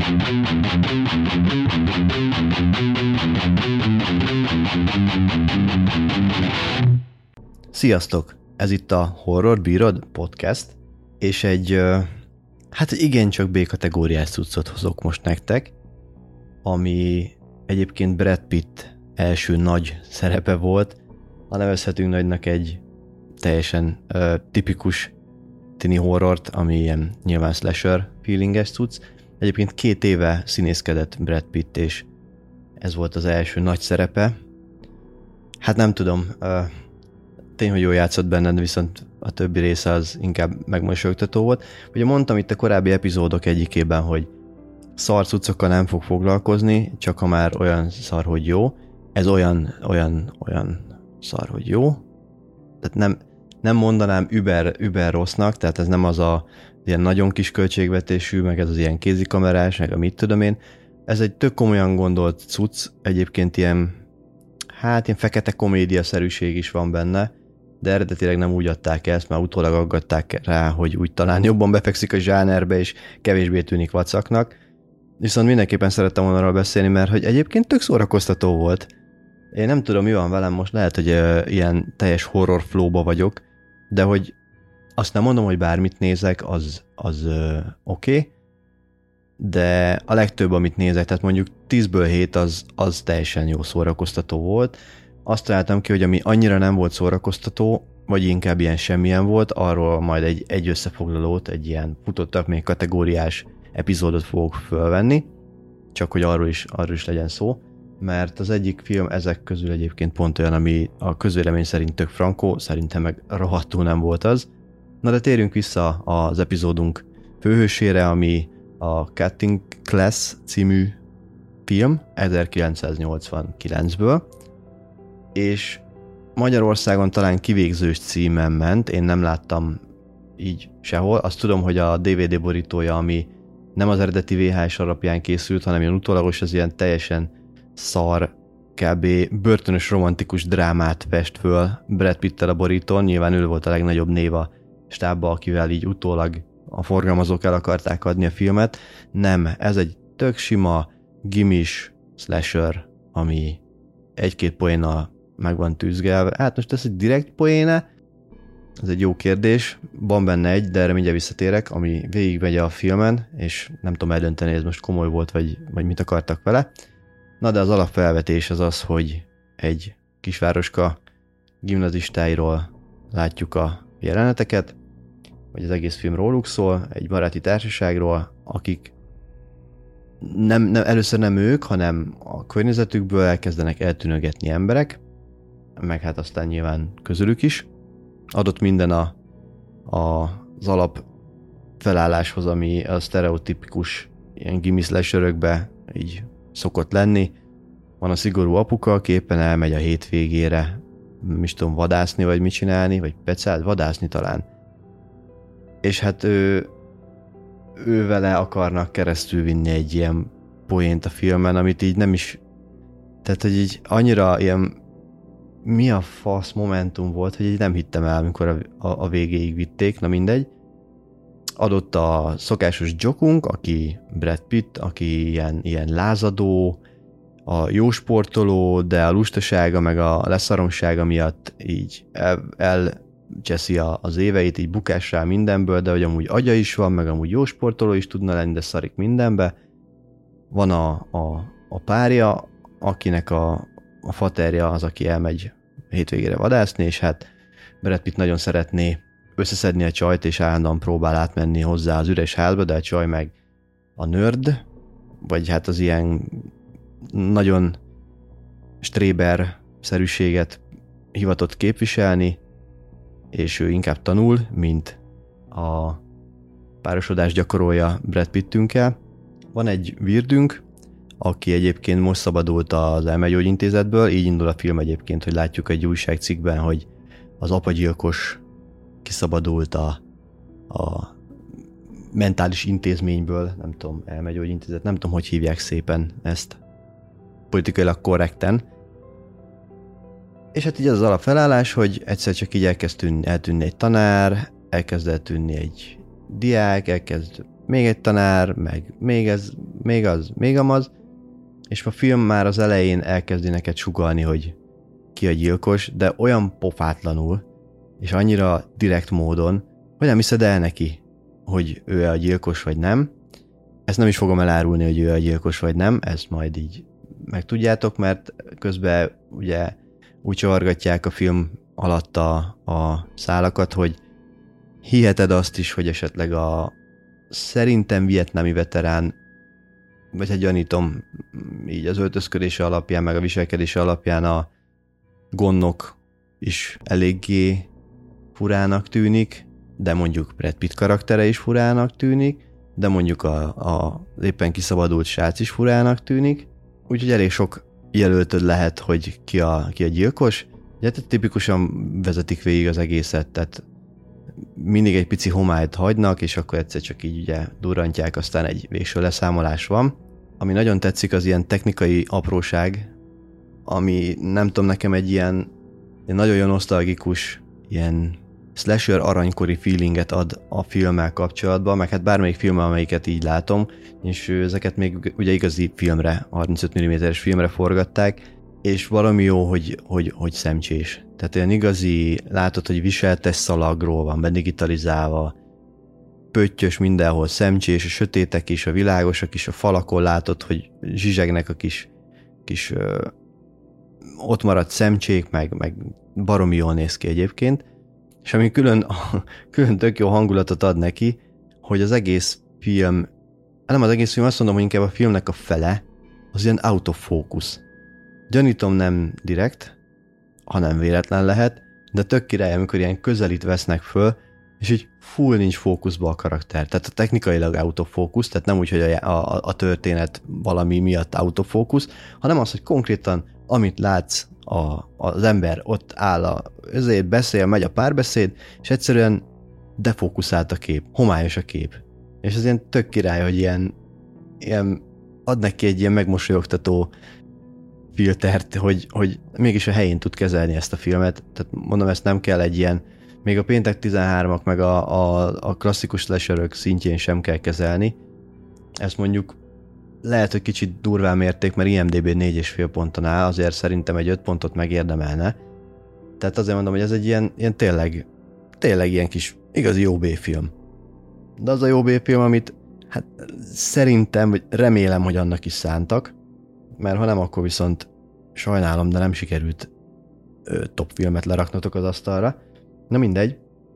Sziasztok! Ez itt a Horror Bírod podcast, és egy igencsak B-kategóriás cuccot hozok most nektek, ami egyébként Brad Pitt első nagy szerepe volt, ha nevezhetünk nagynak egy teljesen tipikus tini horrort, ami ilyen nyilván slasher feelinges cucc. Egyébként 2 éve színészkedett Brad Pitt, és ez volt az első nagy szerepe. Hát nem tudom, tény, hogy jól játszott benned, viszont a többi része az inkább megmosolyogtató volt. Ugye mondtam itt a korábbi epizódok egyikében, hogy szar cuccokkal nem fog foglalkozni, csak ha már olyan szar, hogy jó. Ez olyan szar, hogy jó. Tehát nem mondanám über rossznak, tehát ez nem az a ilyen nagyon kis költségvetésű, meg ez az ilyen kézikamerás, meg a mit tudom én. Ez egy tök komolyan gondolt cucc, egyébként ilyen fekete komédia-szerűség is van benne, de eredetileg nem úgy adták ezt, már utólag aggatták rá, hogy úgy talán jobban befekszik a zsánerbe, és kevésbé tűnik vacaknak. Viszont mindenképpen szerettem volna arról beszélni, mert hogy egyébként tök szórakoztató volt. Én nem tudom, mi van velem most, lehet, hogy ilyen teljes horror flowba vagyok, de hogy azt nem mondom, hogy bármit nézek, az oké, de a legtöbb, amit nézek, tehát mondjuk 10-ből 7 az teljesen jó szórakoztató volt. Azt találtam ki, hogy ami annyira nem volt szórakoztató, vagy inkább ilyen semmilyen volt, arról majd egy összefoglalót, egy ilyen futottak még kategóriás epizódot fogok fölvenni, csak hogy arról is legyen szó, mert az egyik film ezek közül egyébként pont olyan, ami a közvélemény szerint tök frankó, szerintem meg rohadtul nem volt az. Na de térjünk vissza az epizódunk főhősére, ami a Cutting Class című film 1989-ből, és Magyarországon talán kivégzős címen ment, én nem láttam így sehol. Azt tudom, hogy a DVD borítója, ami nem az eredeti VHS alapján készült, hanem ilyen utólagos, az ilyen teljesen szar, kb. Börtönös romantikus drámát fest föl Brad Pittel a borítón. Nyilván ő volt a legnagyobb név a stábba, akivel így utólag a forgalmazók el akarták adni a filmet. Nem, ez egy tök sima, gimis slasher, ami 1-2 poénnal meg van tűzgelve. Hát most ez egy direkt poéne, ez egy jó kérdés. Van benne egy, de erre mindjárt visszatérek, ami végigmegy a filmen, és nem tudom eldönteni, ez most komoly volt, vagy mit akartak vele. Na de az alapfelvetés az, hogy egy kisvároska gimnazistáiról látjuk a jeleneteket, vagy az egész film róluk szól, egy baráti társaságról, akik először nem ők, hanem a környezetükből elkezdenek eltűnögetni emberek, meg hát aztán nyilván közülük is. Adott minden az alap felálláshoz, ami a sztereotipikus ilyen gimi slasherökbe így szokott lenni. Van a szigorú apuka, aki éppen elmegy a hétvégére, nem is tudom, vadászni, vagy mit csinálni, vagy pecált, vadászni talán. És hát ő vele akarnak keresztül vinni egy ilyen poént a filmen, amit így nem is, tehát hogy így annyira ilyen mi a fasz momentum volt, hogy így nem hittem el, amikor a végéig vitték, na mindegy. Adott a szokásos jokunk, aki Brad Pitt, aki ilyen lázadó, a jó sportoló, de a lustasága meg a leszaromsága miatt így elcseszi az éveit, így bukás rá mindenből, de hogy amúgy agya is van, meg amúgy jó sportoló is tudna lenni, de szarik mindenbe. Van a párja, akinek a faterja az, aki elmegy hétvégére vadászni, és hát Brad Pitt nagyon szeretné összeszedni a csajt, és állandóan próbál átmenni hozzá az üres házba, de a csaj meg a nerd, vagy hát az ilyen nagyon stréber-szerűséget hivatott képviselni, és ő inkább tanul, mint a párosodást gyakorolja Brad Pittünkkel. Van egy virdünk, aki egyébként most szabadult az elmegyógyintézetből, így indul a film egyébként, hogy látjuk egy újságcikkben, hogy az apagyilkos kiszabadult a mentális intézményből, nem tudom, elmegyógyintézet, nem tudom, hogy hívják szépen ezt politikailag korrekten. És hát így az alapfelállás, hogy egyszer csak így elkezd eltűnni egy tanár, elkezd eltűnni egy diák, elkezd még egy tanár, meg még ez még amaz, és a film már az elején elkezdi neked sugallni, hogy ki a gyilkos, de olyan pofátlanul, és annyira direkt módon, hogy nem hiszed el neki, hogy ő a gyilkos vagy nem. Ezt nem is fogom elárulni, hogy ő a gyilkos vagy nem, ezt majd így megtudjátok, mert közben ugye úgy csavargatják a film alatt a szálakat, hogy hiheted azt is, hogy esetleg a szerintem vietnámi veterán, vagy hát gyanítom így az öltözködése alapján, meg a viselkedése alapján a Gonnok is eléggé furának tűnik, de mondjuk Brad Pitt karaktere is furának tűnik, de mondjuk a éppen kiszabadult srác is furának tűnik, úgyhogy elég sok jelöltöd lehet, hogy ki a gyilkos. Ugye tipikusan vezetik végig az egészet, tehát mindig egy pici homályt hagynak, és akkor egyszer csak így ugye durrantják, aztán egy végső leszámolás van. Ami nagyon tetszik, az ilyen technikai apróság, ami nem tudom, nekem egy ilyen nagyon jó nosztalgikus, ilyen slasher aranykori feelinget ad a filmmel kapcsolatban, meg hát bármelyik filmmel, amelyiket így látom, és ezeket még ugye igazi filmre, 35 mm-es filmre forgatták, és valami jó, hogy szemcsés. Tehát olyan igazi, látod, hogy viseltes szalagról van bedigitalizálva, pöttyös mindenhol, szemcsés, a sötétek is, a világosak is, a falakon látod, hogy zsizsegnek a kis ott maradt szemcsék, meg baromi jól néz ki egyébként, és ami külön tök jó hangulatot ad neki, hogy az egész film, nem az egész film, azt mondom, hogy inkább a filmnek a fele, az ilyen autofókusz. Gyanítom nem direkt, hanem véletlen lehet, de tök király, amikor ilyen közelít vesznek föl, és így full nincs fókuszba a karakter. Tehát a technikailag autofókusz, tehát nem úgy, hogy a történet valami miatt autofókusz, hanem az, hogy konkrétan amit látsz, az ember ott áll, ezért beszél, megy a párbeszéd, és egyszerűen defókuszált a kép, homályos a kép. És ez ilyen tök király, hogy ilyen ad neki egy ilyen megmosolyogtató filtert, hogy mégis a helyén tud kezelni ezt a filmet. Tehát mondom, ezt nem kell egy ilyen, még a Péntek 13-ak, meg a klasszikus slasherök szintjén sem kell kezelni. Ezt mondjuk lehet, hogy kicsit durván mérték, mert IMDb 4,5 ponton áll, azért szerintem egy 5 pontot megérdemelne. Tehát azért mondom, hogy ez egy ilyen tényleg ilyen kis igazi jó B-film. De az a jó B-film, amit hát szerintem, vagy remélem, hogy annak is szántak, mert ha nem, akkor viszont sajnálom, de nem sikerült top filmet leraknotok az asztalra. Na mindegy.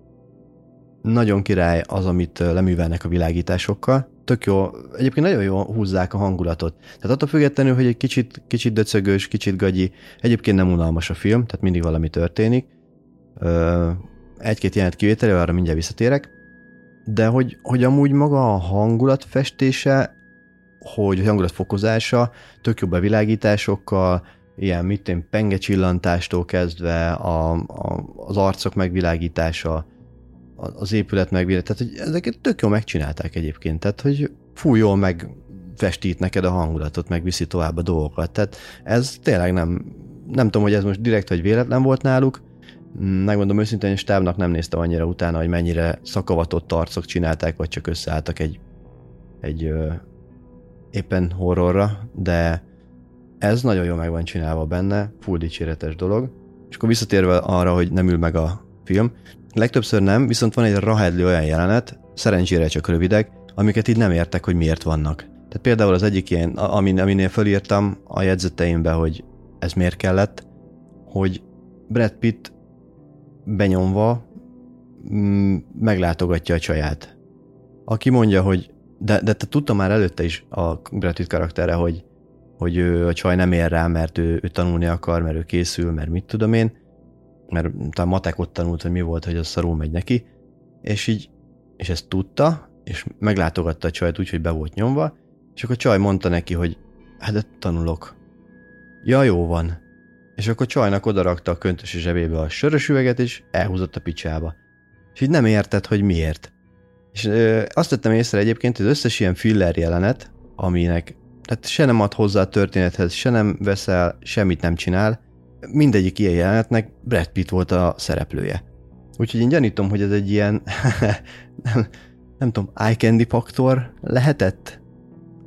Nagyon király az, amit leművelnek a világításokkal. Tök jó. Egyébként nagyon jól húzzák a hangulatot. Tehát attól függetlenül, hogy egy kicsit döcögős, kicsit gagyi, egyébként nem unalmas a film, tehát mindig valami történik. Egy-két jelenet kivételével, arra mindjárt visszatérek. De hogy amúgy maga a hangulatfestése, hogy a hangulatfokozása, tök jobb a világításokkal, ilyen pengecsillantástól kezdve az arcok megvilágítása, az épület megvilágítása, tehát hogy ezeket tök jól megcsinálták egyébként, tehát hogy fúj jól megfestít neked a hangulatot, megviszi tovább a dolgokat, tehát ez tényleg nem tudom, hogy ez most direkt vagy véletlen volt náluk, megmondom őszintén, hogy a stábnak nem néztem annyira utána, hogy mennyire szakavatott arcok csinálták, vagy csak összeálltak egy éppen horrorra, de ez nagyon jól meg van csinálva benne, full dicséretes dolog. És akkor visszatérve arra, hogy nem ül meg a film, legtöbbször nem, viszont van egy rahedli olyan jelenet, szerencsére csak rövidek, amiket így nem értek, hogy miért vannak. Tehát például az egyik ilyen, aminél fölírtam a jegyzeteimbe, hogy ez miért kellett, hogy Brad Pitt benyomva meglátogatja a csaját. Aki mondja, hogy de tudta már előtte is a Brad Pitt karaktere, hogy ő, a csaj nem ér rá, mert ő tanulni akar, mert ő készül, mert mit tudom én, mert talán matekot tanult, hogy mi volt, hogy az szarul megy neki, és ezt tudta, és meglátogatta a csajt úgy, hogy be volt nyomva, és akkor a csaj mondta neki, hogy hát de tanulok. Ja, jó van. És akkor a csajnak odarakta a köntösi zsebébe a sörös üveget, és elhúzott a picsába. És így nem érted, hogy miért. És azt tettem észre egyébként, hogy az összes ilyen filler jelenet, aminek tehát se nem ad hozzá a történethez, se nem veszel, semmit nem csinál, mindegyik ilyen jelenetnek Brad Pitt volt a szereplője. Úgyhogy én gyanítom, hogy ez egy ilyen nem tudom, eye candy faktor lehetett?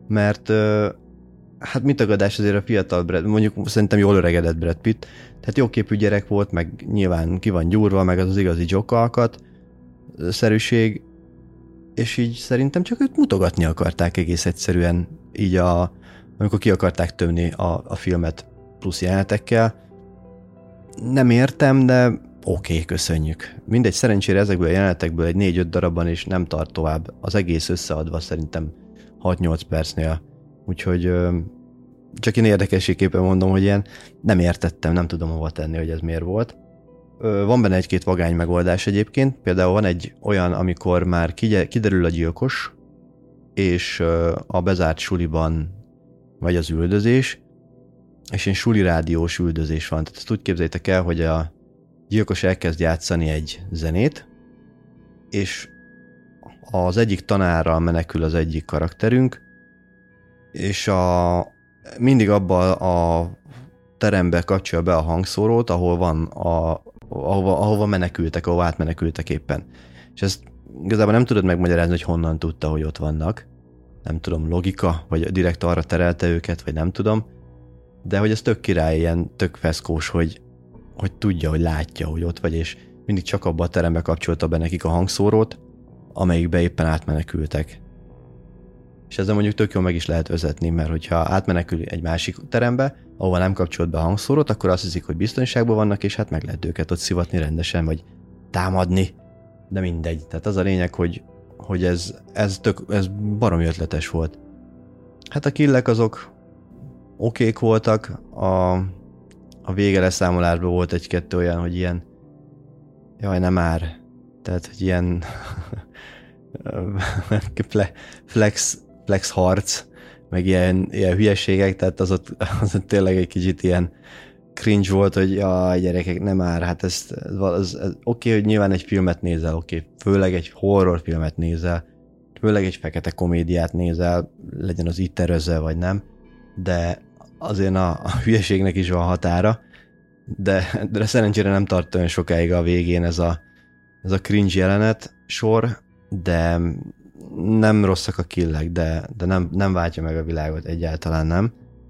mert hát mit tagadás azért a fiatal mondjuk szerintem jól öregedett Brad Pitt, tehát jóképű gyerek volt, meg nyilván ki van gyúrva, meg az igazi Joker-alkat, szerűség, és így szerintem csak őt mutogatni akarták egész egyszerűen, így amikor ki akarták tömni a filmet plusz jelenetekkel. Nem értem, de oké, köszönjük. Mindegy, szerencsére ezekből a jelenetekből egy 4-5 darabban is nem tart tovább. Az egész összeadva szerintem 6-8 percnél. Úgyhogy csak én érdekességképpen mondom, hogy ilyen nem értettem, nem tudom hova tenni, hogy ez miért volt. Van benne egy-két vagány megoldás egyébként, például van egy olyan, amikor már kiderül a gyilkos, és a bezárt suliban vagy az üldözés, és ilyen suli rádiós üldözés van. Tehát ezt úgy képzeljétek el, hogy a gyilkos elkezd játszani egy zenét, és az egyik tanárral menekül az egyik karakterünk, és mindig abba a terembe kapcsolja be a hangszórót, ahol van ahova menekültek, ahova átmenekültek éppen. És ezt igazából nem tudod megmagyarázni, hogy honnan tudta, hogy ott vannak. Nem tudom, logika, vagy direkt arra terelte őket, vagy nem tudom. De hogy ez tök király, ilyen tök feszkós, hogy tudja, hogy látja, hogy ott vagy, és mindig csak abba a terembe kapcsolta be nekik a hangszórót, amelyikbe éppen átmenekültek. És ezzel mondjuk tök jól meg is lehet vezetni, mert hogyha átmenekül egy másik terembe, ahol nem kapcsolt be a hangszórót, akkor azt hiszik, hogy biztonságban vannak, és hát meg lehet őket ott szivatni rendesen, vagy támadni. De mindegy. Tehát az a lényeg, hogy ez baromi ötletes volt. Hát a killek azok okék voltak, a vége leszámolásban volt egy-kettő olyan, hogy ilyen jaj, nem már. Tehát, hogy ilyen flex harc, meg ilyen hülyeségek, tehát az ott tényleg egy kicsit ilyen cringe volt, hogy jaj, gyerekek, nem már, hát ez oké, hogy nyilván egy filmet nézel, oké, főleg egy horrorfilmet nézel, főleg egy fekete komédiát nézel, legyen az It-terözve, vagy nem, de azért a hülyeségnek is van határa, de szerencsére nem tart olyan sokáig a végén ez a cringe jelenet sor, de nem rosszak a killek, de nem váltja meg a világot, egyáltalán nem.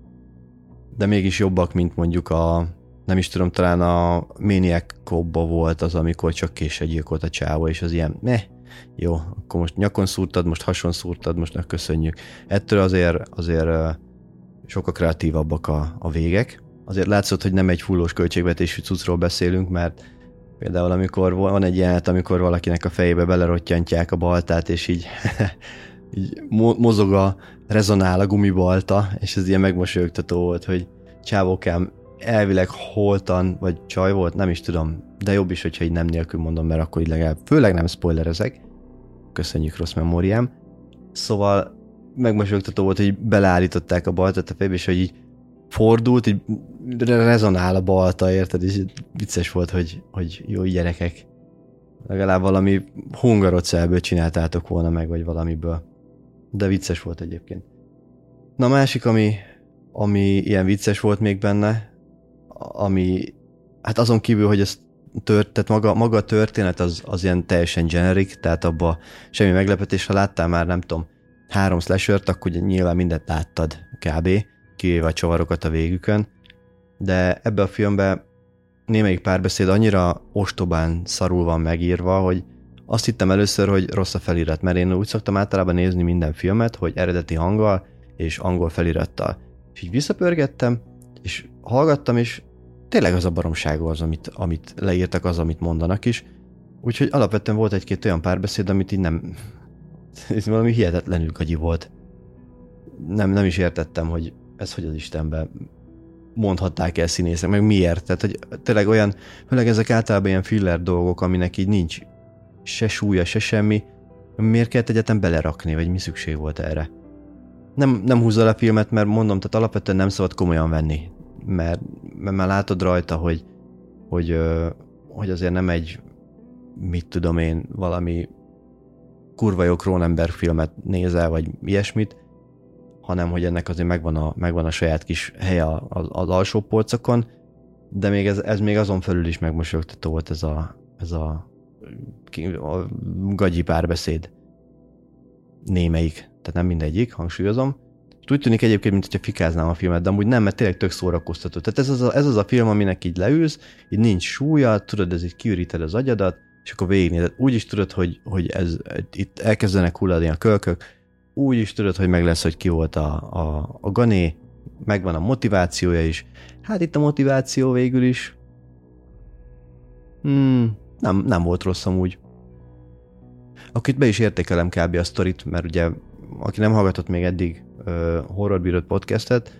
De mégis jobbak, mint mondjuk nem is tudom, talán a Maniac Cop-ba volt az, amikor csak későgyilkolt a csávó, és az ilyen, jó, akkor most nyakon szúrtad, most hason szúrtad, most köszönjük. Ettől azért sokkal kreatívabbak a végek. Azért látszott, hogy nem egy fullós költségvetésű cuccról beszélünk, mert például amikor van egy jelenet, amikor valakinek a fejébe belerottyantják a baltát, és így, így mozog rezonál a gumibalta, és ez ilyen megmosolyogtató volt, hogy csávókám elvileg holtan, vagy csaj volt, nem is tudom, de jobb is, hogyha így nem nélkül mondom, mert akkor így legalább, főleg nem spoilerezek. Köszönjük, rossz memóriám. Szóval megmosolyogtató volt, hogy beleállították a baltát a fejébe, és hogy így fordult, így rezonál a balta, érted? És vicces volt, hogy jó gyerekek. Legalább valami hungarocellből csináltátok volna meg, vagy valamiből. De vicces volt egyébként. Na a másik, ami ilyen vicces volt még benne, ami, hát azon kívül, hogy ez tehát maga a történet az ilyen teljesen generic, tehát abba semmi meglepetés, ha láttál már, nem tudom, 3 slashert, akkor nyilván mindent láttad kb. Kivéve a csavarokat a végükön, de ebbe a filmbe némelyik párbeszéd annyira ostobán szarul van megírva, hogy azt hittem először, hogy rossz a felirat, mert én úgy szoktam általában nézni minden filmet, hogy eredeti hanggal és angol felirattal. És így visszapörgettem, és hallgattam, és tényleg az a baromság az, amit leírtak, az, amit mondanak is. Úgyhogy alapvetően volt egy-két olyan párbeszéd, amit így nem... ez valami hihetetlenül gagyi volt. Nem is értettem, hogy ez hogy az Istenben mondhatták el színészek, meg miért. Tehát, hogy tényleg olyan, főleg ezek általában ilyen filler dolgok, aminek így nincs se súlya, se semmi, miért kellett egyetem belerakni, vagy mi szükség volt erre. Nem húzza le a filmet, mert mondom, tehát alapvetően nem szabad komolyan venni, mert már látod rajta, hogy azért nem egy, mit tudom én, valami kurva jó Cronenberg filmet nézel, vagy ilyesmit, hanem hogy ennek azért megvan a saját kis helye az alsó polcokon, de még ez még azon felül is megmosolyogtató volt ez a gagyi párbeszéd. Némelyik, tehát nem mindegyik, hangsúlyozom. Úgy tűnik egyébként, mint hogyha fikáznám a filmet, de amúgy nem, mert tényleg tök szórakoztató. Tehát ez az a film, aminek így leülsz, így nincs súlya, tudod, ez így kiüríted az agyadat, és akkor végignézed. Úgy is tudod, hogy itt elkezdenek hulladni a kölkök, úgy is tudod, hogy meg lesz, hogy ki volt a gané, megvan a motivációja is. Hát itt a motiváció végül is nem volt rossz amúgy. Akkor itt be is értékelem kb. A sztorit, mert ugye, aki nem hallgatott még eddig Horror Bírod podcastet,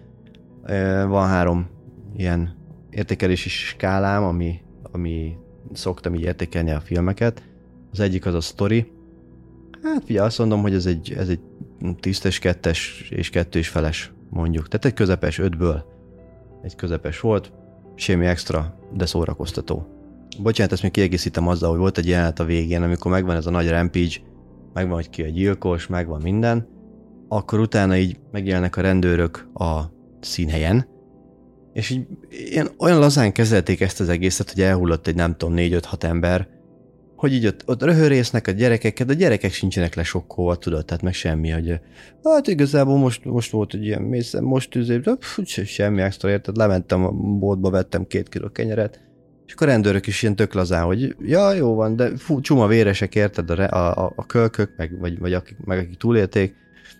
van 3 ilyen értékelési skálám, ami szoktam így értékelni a filmeket. Az egyik az a sztori. Hát figyelj, azt mondom, hogy ez egy tisztes 2-es és 2,5-es mondjuk. Tehát egy közepes 5-ből. Egy közepes volt, semmi extra, de szórakoztató. Bocsánat, ezt még kiegészítem azzal, hogy volt egy jelenet a végén, amikor megvan ez a nagy rampage, megvan, hogy ki a gyilkos, megvan minden, akkor utána így megjelennek a rendőrök a színhelyen, és így olyan lazán kezelték ezt az egészet, hogy elhullott egy nem tudom 4-5-6 ember, hogy így ott röhörésznek a gyerekeket, de a gyerekek sincsenek lesokkolva, tudod, tehát meg semmi, hogy hát igazából most volt egy ilyen mészem, most semmi extra, érted, lementem a boltba, vettem 2 kiló kenyeret, és akkor a rendőrök is ilyen tök lazán, hogy ja, jó van, de csuma véresek, érted, a kölkök, akik túlélték,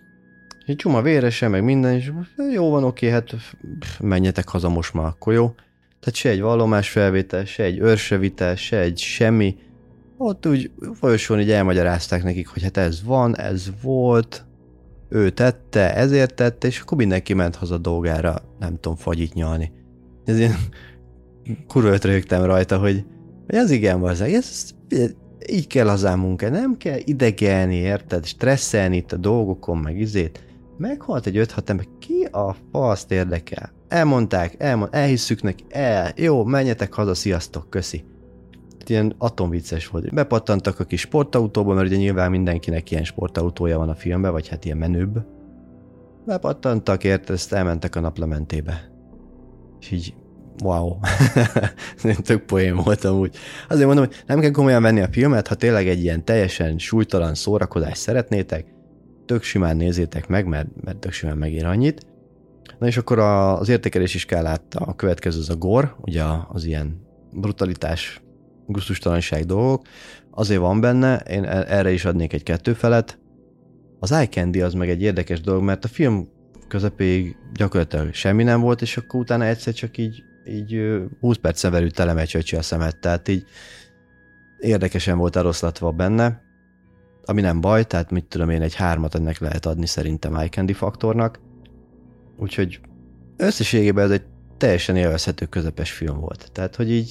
és csuma vérese, meg minden, és jó van, oké, hát menjetek haza most már, akkor jó. Tehát se egy vallomásfelvétel, se egy őrsrevitel, se egy semmi. Ott úgy folyosón így elmagyarázták nekik, hogy hát ez van, ez volt, ő tette, ezért tette, és akkor mindenki ment haza dolgára, nem tudom, fagyit nyalni. Ez ilyen kurva röhögtem rajta, hogy az igen, ez így kell az munka, nem kell idegelni, érted, stresszelni itt a dolgokon, meg izét. Meghalt egy 5-6 ember, ki a faszt érdekel? Elmondták, elhisszük neki, jó, menjetek haza, sziasztok, köszi. Ilyen atomvicces volt. Bepattantak a kis sportautóba, mert ugye nyilván mindenkinek ilyen sportautója van a filmben, vagy hát ilyen menőbb. Bepattantak, érted, ezt elmentek a naplementébe. És így, wow. Tök poén voltam úgy. Azért mondom, hogy nem kell komolyan venni a filmet, ha tényleg egy ilyen teljesen súlytalan szórakozást szeretnétek, tök simán nézzétek meg, mert tök simán megér annyit. Na és akkor az értékelési skálát a következő az a gore, ugye az ilyen brutalitás, gusztustalanság dolgok, azért van benne, én erre is adnék egy 2 felet. Az eye candy az meg egy érdekes dolog, mert a film közepéig gyakorlatilag semmi nem volt, és akkor utána egyszer csak így 20 percen belül telemegy csöcsi a szemet, tehát így érdekesen volt eloszlatva benne, ami nem baj, tehát mit tudom én, egy 3-at ennek lehet adni szerintem eye candy faktornak, úgyhogy összességében ez egy teljesen élvezhető közepes film volt, tehát hogy így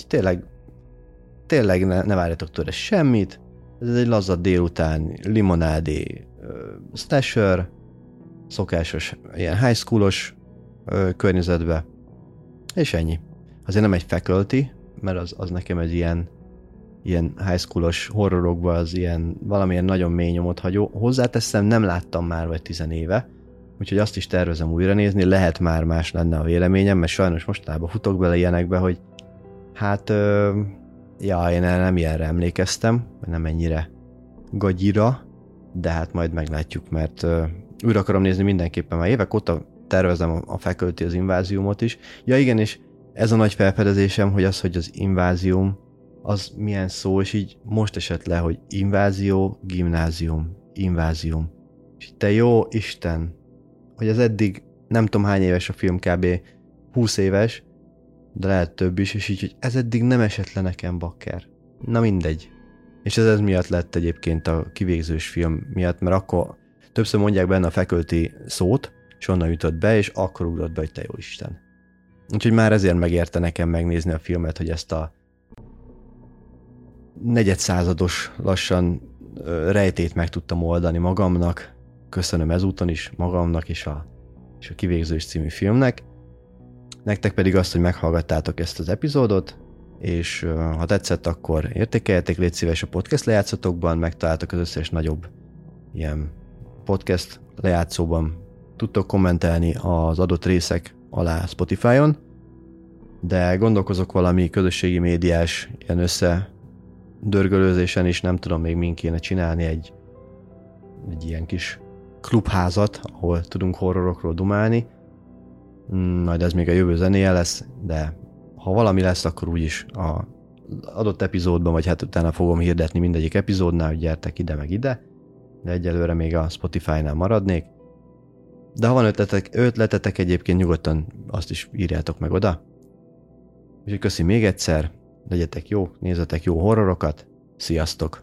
tényleg ne várjatok tőle semmit, ez egy lazad délután, limonádé, slasher, szokásos, ilyen high schoolos környezetbe, és ennyi. Azért nem egy faculty, mert az nekem egy ilyen high schoolos horrorokban az ilyen valamilyen nagyon mély nyomot hagyó. Hozzáteszem, nem láttam már vagy 10 éve, úgyhogy azt is tervezem újra nézni, lehet már más lenne a véleményem, mert sajnos mostanában futok bele ilyenekbe, hogy hát én nem ilyenre emlékeztem, nem ennyire gagyira, de hát majd meglátjuk, mert újra akarom nézni mindenképpen, már évek óta tervezem a Faculty az inváziumot is. Ja igen, és ez a nagy felfedezésem, hogy az invázium, az milyen szó, és így most esett le, hogy invázió, gimnázium, invázium. És te jó Isten, hogy ez eddig nem tudom hány éves a film, kb. 20 éves, de lehet több is, és így, hogy ez eddig nem esett le nekem, bakker. Na mindegy. És ez miatt lett egyébként a kivégzős film miatt, mert akkor többször mondják benne a faculty szót, és onnan jutott be, és akkor ugrott be, hogy te jó Isten. Úgyhogy már ezért megérte nekem megnézni a filmet, hogy ezt a negyedszázados lassan rejtét meg tudtam oldani magamnak. Köszönöm ezúton is magamnak és a Kivégzős című filmnek. Nektek pedig azt, hogy meghallgattátok ezt az epizódot, és ha tetszett, akkor értékeljetek, légy szíves a podcast lejátszatokban, megtaláltok az összes nagyobb ilyen podcast lejátszóban. Tudtok kommentelni az adott részek alá Spotify-on, de gondolkozok valami közösségi médiás ilyen összedörgölőzésen is, nem tudom még min kéne csinálni egy ilyen kis klubházat, ahol tudunk horrorokról dumálni. Majd ez még a jövő zenéje lesz, de ha valami lesz, akkor úgyis a adott epizódban, vagy hát utána fogom hirdetni mindegyik epizódnál, hogy gyertek ide meg ide, de egyelőre még a Spotify-nál maradnék. De ha van ötletetek egyébként nyugodtan azt is írjátok meg oda. Úgyhogy köszi még egyszer, legyetek jó, nézzetek jó horrorokat, sziasztok!